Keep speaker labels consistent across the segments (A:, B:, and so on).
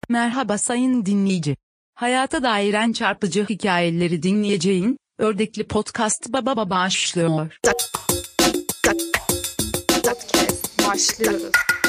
A: Merhaba sayın dinleyici. Hayata dair en çarpıcı hikayeleri dinleyeceğin Ördekli Podcast Baba başlıyor.
B: Podcast başlıyoruz.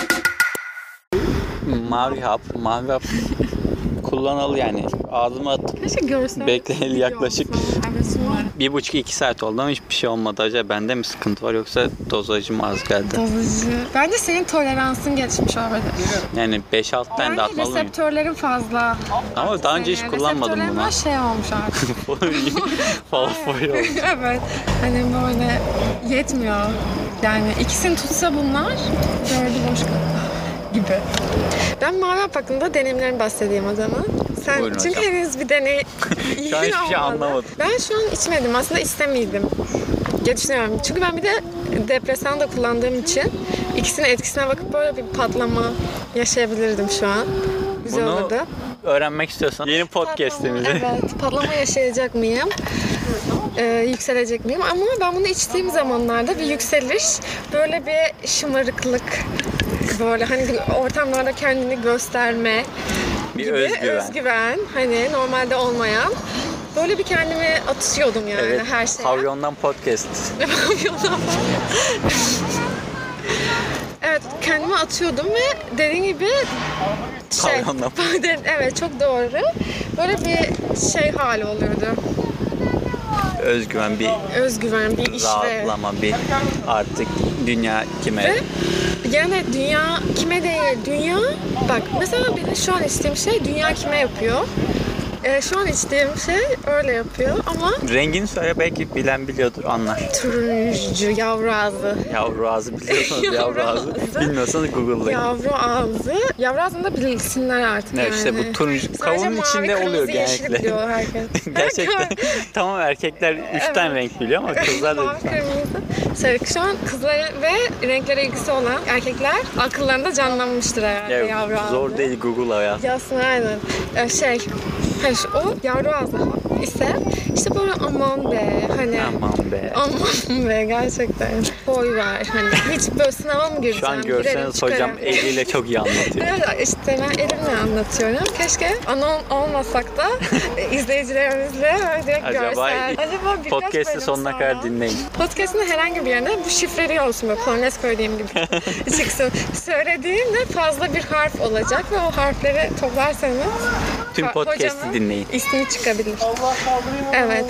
C: Mavi hap kullanalı yani. Ağzıma atıp bekleyeli yaklaşık 1,5-2 saat oldu ama hiçbir şey olmadı. Acaba bende mi sıkıntı var yoksa dozajı mı az geldi?
B: Dozajı. Bence senin toleransın gelişmiş olabilir.
C: Yani 5-6 tane de atmalı mıyım?
B: Reseptörlerin fazla.
C: Ama daha önce hiç kullanmadım bunu.
B: Reseptörlerin şey olmuş artık.
C: Falafel olmuş.
B: Evet. Hani böyle yetmiyor. Yani ikisini tutsa bunlar dördü boş gibi. Ben Mavi Hap hakkında deneyimlerimi bahsedeyim o zaman. Sen
C: Buyurun
B: çünkü
C: hocam.
B: henüz bir deney
C: Şu an hiçbir şey anlamadım.
B: Ben şu an içmedim. Aslında istemiydim diye düşünüyorum. Çünkü ben bir de depresan da kullandığım için ikisinin etkisine bakıp böyle bir patlama yaşayabilirdim şu an. Güzel
C: Bunu
B: olurdu.
C: öğrenmek istiyorsan yeni podcast'imizi.
B: Evet. Patlama yaşayacak mıyım? Yükselecek miyim? Ama ben bunu içtiğim zamanlarda bir yükseliş, böyle bir şımarıklık, böyle hani ortamlarda kendini gösterme
C: Bir
B: gibi özgüven, hani normalde olmayan, böyle bir kendimi atıyordum yani
C: Evet,
B: her şeye.
C: Pavyondan podcast.
B: Pavyondan Evet, kendime atıyordum ve dediğim gibi
C: Pavyondan.
B: Evet, çok doğru. Böyle bir şey hali oluyordu.
C: Özgüven,
B: Bir işve.
C: rahatlama, bir artık dünya kime?
B: Ve yani dünya kime değil, dünya bak mesela benim şu an içtiğim şey dünya kime yapıyor. Şu an içtiğim şey öyle yapıyor ama
C: Rengini söyle, belki bilen biliyordur, anlar.
B: turuncu, yavru ağzı.
C: Yavru ağzı biliyorsanız yavru ağzı. Bilmiyorsanız Google'layın.
B: Yavru ağzında bilsinler artık
C: Evet,
B: yani.
C: işte bu turuncu
B: Sadece
C: kavunun
B: mavi,
C: içinde
B: kırmızı,
C: oluyor
B: yeşil
C: genellikle.
B: biliyor herkes.
C: Gerçekten tamam, erkekler 3 tane renk biliyor ama kızlar da
B: Mavi, kırmızı, sarı. Şu an kızlara ve renklere ilgisi olan erkekler akıllarında canlanmıştır herhalde yavru ağzı.
C: zor değil, Google'a yaz.
B: Yazsın aynen. O yavru ağzı ise işte böyle aman be hani. Aman be gerçekten. Boy ver hani. Hiç böyle sınava mı gireceğim?
C: Şu an görseniz hocam eliyle çok iyi anlatıyor.
B: Evet, işte ben elimle anlatıyorum. Keşke anon olmasak da izleyicilerimizle direkt görsel. Acaba birkaç
C: Podcast'ı
B: bölüm
C: sonuna
B: sonra
C: kadar dinleyin.
B: Podcast'ın herhangi bir yerine bu şifreli olsun, böyle Polonez söylediğim gibi çıksın. Söylediğimde fazla bir harf olacak ve o harfleri toplarsanız
C: Tüm podcast'ı dinleyin.
B: İsmi çıkabilir. Evet.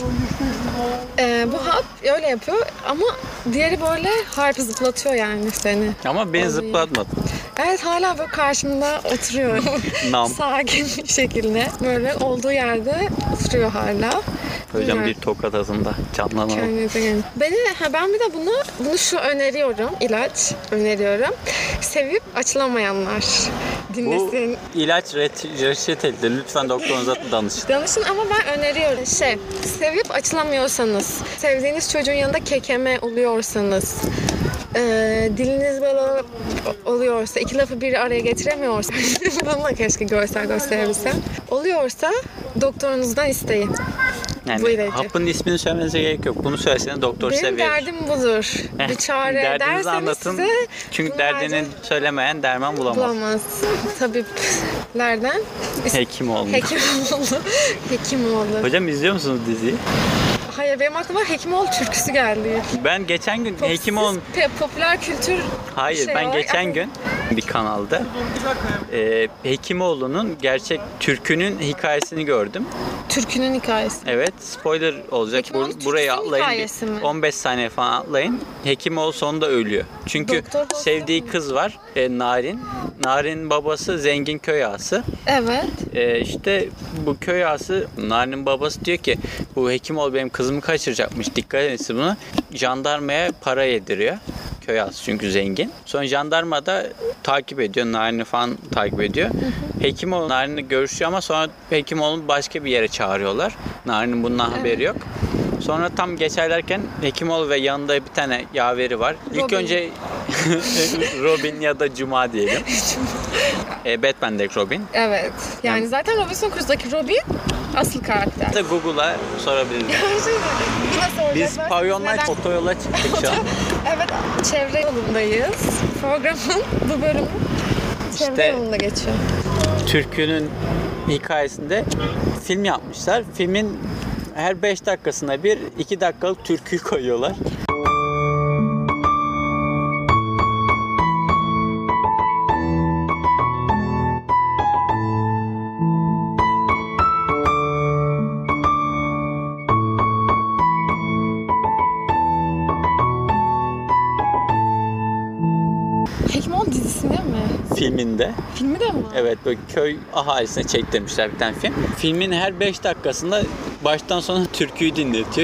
B: Bu hap öyle yapıyor ama diğeri böyle harf zıplatıyor yani seni.
C: Ama beni zıplatmadı.
B: Evet, hala böyle karşımda oturuyor.
C: Nam.
B: Sakin bir şekilde. Böyle olduğu yerde oturuyor hala.
C: Hocam bir tokat atında canlanalım.
B: Kendinize gelin. Ben bir de bunu şu öneriyorum. İlaç öneriyorum. Sevip açılamayanlar dinlesin.
C: Bu ilaç reçetelidir. Lütfen doktorunuza danışın.
B: Danışın ama ben öneriyorum. Sevip açılamıyorsanız, sevdiğiniz çocuğun yanında kekeme oluyorsanız, diliniz böyle oluyorsa, iki lafı bir araya getiremiyorsa, bunu da keşke gösterebilsem. Oluyorsa doktorunuzdan isteyin.
C: Yani hapın ismini söylemenize gerek yok. Bunu söyleseniz doktor size verir.
B: Benim derdim budur. Bir çare
C: Derdinizi
B: derseniz
C: anlatın.
B: size
C: Çünkü derdini söylemeyen derman bulamaz. Tabiplerden Hekimoğlu.
B: Hekimoğlu.
C: Hocam izliyor musunuz diziyi?
B: Hayır, benim aklıma Hekimoğlu türküsü geldi.
C: Ben geçen gün Hekimoğlu...
B: Popüler kültür
C: Ben geçen gün bir kanalda Hekimoğlu'nun gerçek türkünün hikayesini gördüm.
B: Türkünün hikayesi.
C: Evet, spoiler olacak. Burayı atlayın. 15 saniye falan atlayın. Hekimoğlu sonunda ölüyor. Çünkü sevdiği kız var, Narin. Narin'in babası zengin köy ağası.
B: Evet.
C: İşte bu köy ağası, Narin'in babası diyor ki bu Hekimoğlu benim kızımı kaçıracakmış. Dikkat edin buna. Jandarmaya para yediriyor. Köy ağası çünkü zengin. Sonra jandarma da takip ediyor. Narin'i falan takip ediyor. Hekimoğlu Narin'le görüşüyor ama sonra Hekimoğlu'nu başka bir yere çağırıyorlar. Narin'in bundan haberi yok. Sonra tam geçerlerken Hekimoğlu ve yanında bir tane yaveri var. İlk önce Robin ya da Cuma diyelim. Batman'deki Robin.
B: Evet. Yani zaten Robinson Crusoe'daki Robin asıl karakter.
C: Da Google'a sorabiliriz. Biz pavyondan otoyola çıktık şu an.
B: Evet, çevre yolundayız. Programın bu bölümü çevre yolunda geçiyor.
C: türkünün hikayesinde film yapmışlar. Filmin her 5 dakikasına bir 2 dakikalık türküyü koyuyorlar.
B: Hekimoğlu dizisinde mi?
C: Filminde.
B: Filmi de mi?
C: Evet, böyle köy ahalisine çektirmişler bir tane film. Filmin her 5 dakikasında baştan sona türküyü dinletiyor.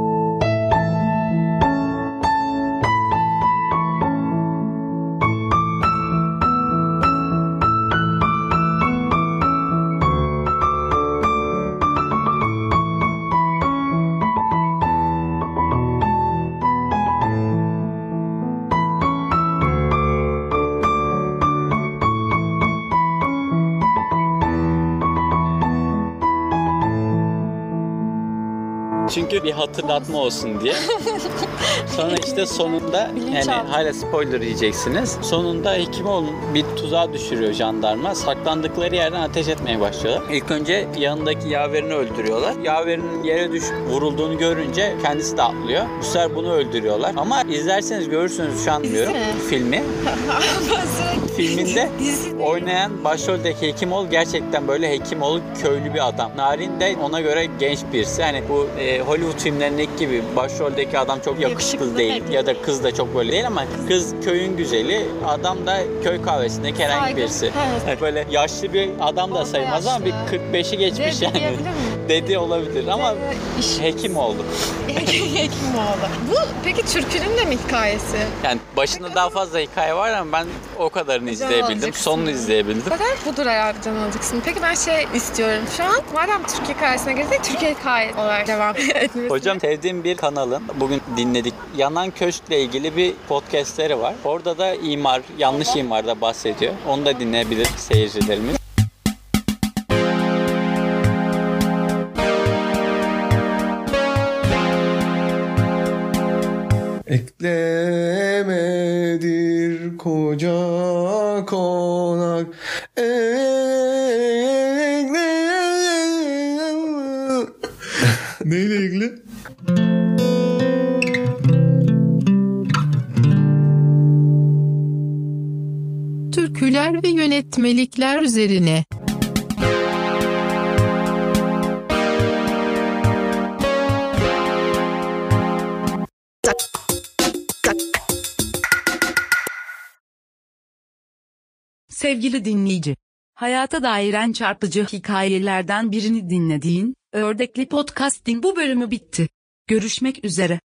C: Çünkü bir hatırlatma olsun diye. Sonra işte sonunda, yani hala spoiler diyeceksiniz. Sonunda Hekimoğlu'nun bir tuzağa düşürüyor jandarma. Saklandıkları yerden ateş etmeye başlıyorlar. İlk önce yanındaki yaverini öldürüyorlar. Yaverinin yere düşüp vurulduğunu görünce kendisi de atlıyor. Bu sefer bunu öldürüyorlar. Ama izlerseniz görürsünüz, şu an bilmiyorum filmi. Filminde oynayan başroldeki Hekimoğlu gerçekten böyle Hekimoğlu köylü bir adam. Narin de ona göre genç birisi. Hani bu Hollywood filmlerindeki gibi başroldeki adam çok yakışıklı değil ya da kız da çok böyle değil, ama kız köyün güzeli, adam da köy kahvesindeki herhangi birisi. Evet. Böyle yaşlı bir adam da sayılmaz ama bir 45'i geçmiş yani. Dede olabilir ama Hekimoğlu.
B: Hekimoğlu. Bu peki türkünün de mi hikayesi?
C: Yani başında daha fazla hikaye var ama ben o kadarını izleyebildim. Sonunu izleyebildim.
B: Fakat budur herhalde can alacaksın. Peki ben şey istiyorum. Şu an madem Türk hikayesine girdik, Türkiye hikaye olarak devam etmesi.
C: Hocam, sevdiğim bir kanalın bugün dinledik. Yanan Köşk'le ilgili bir podcastleri var. Orada da yanlış imarda bahsediyor. Onu da dinleyebilir seyircilerimiz.
D: Eklemedir koca konak. Neyle ilgili?
E: Türküler ve yönetmelikler üzerine.
A: Sevgili dinleyici, hayata dair en çarpıcı hikayelerden birini dinlediğin Ördekli Podcast'in bu bölümü bitti. Görüşmek üzere.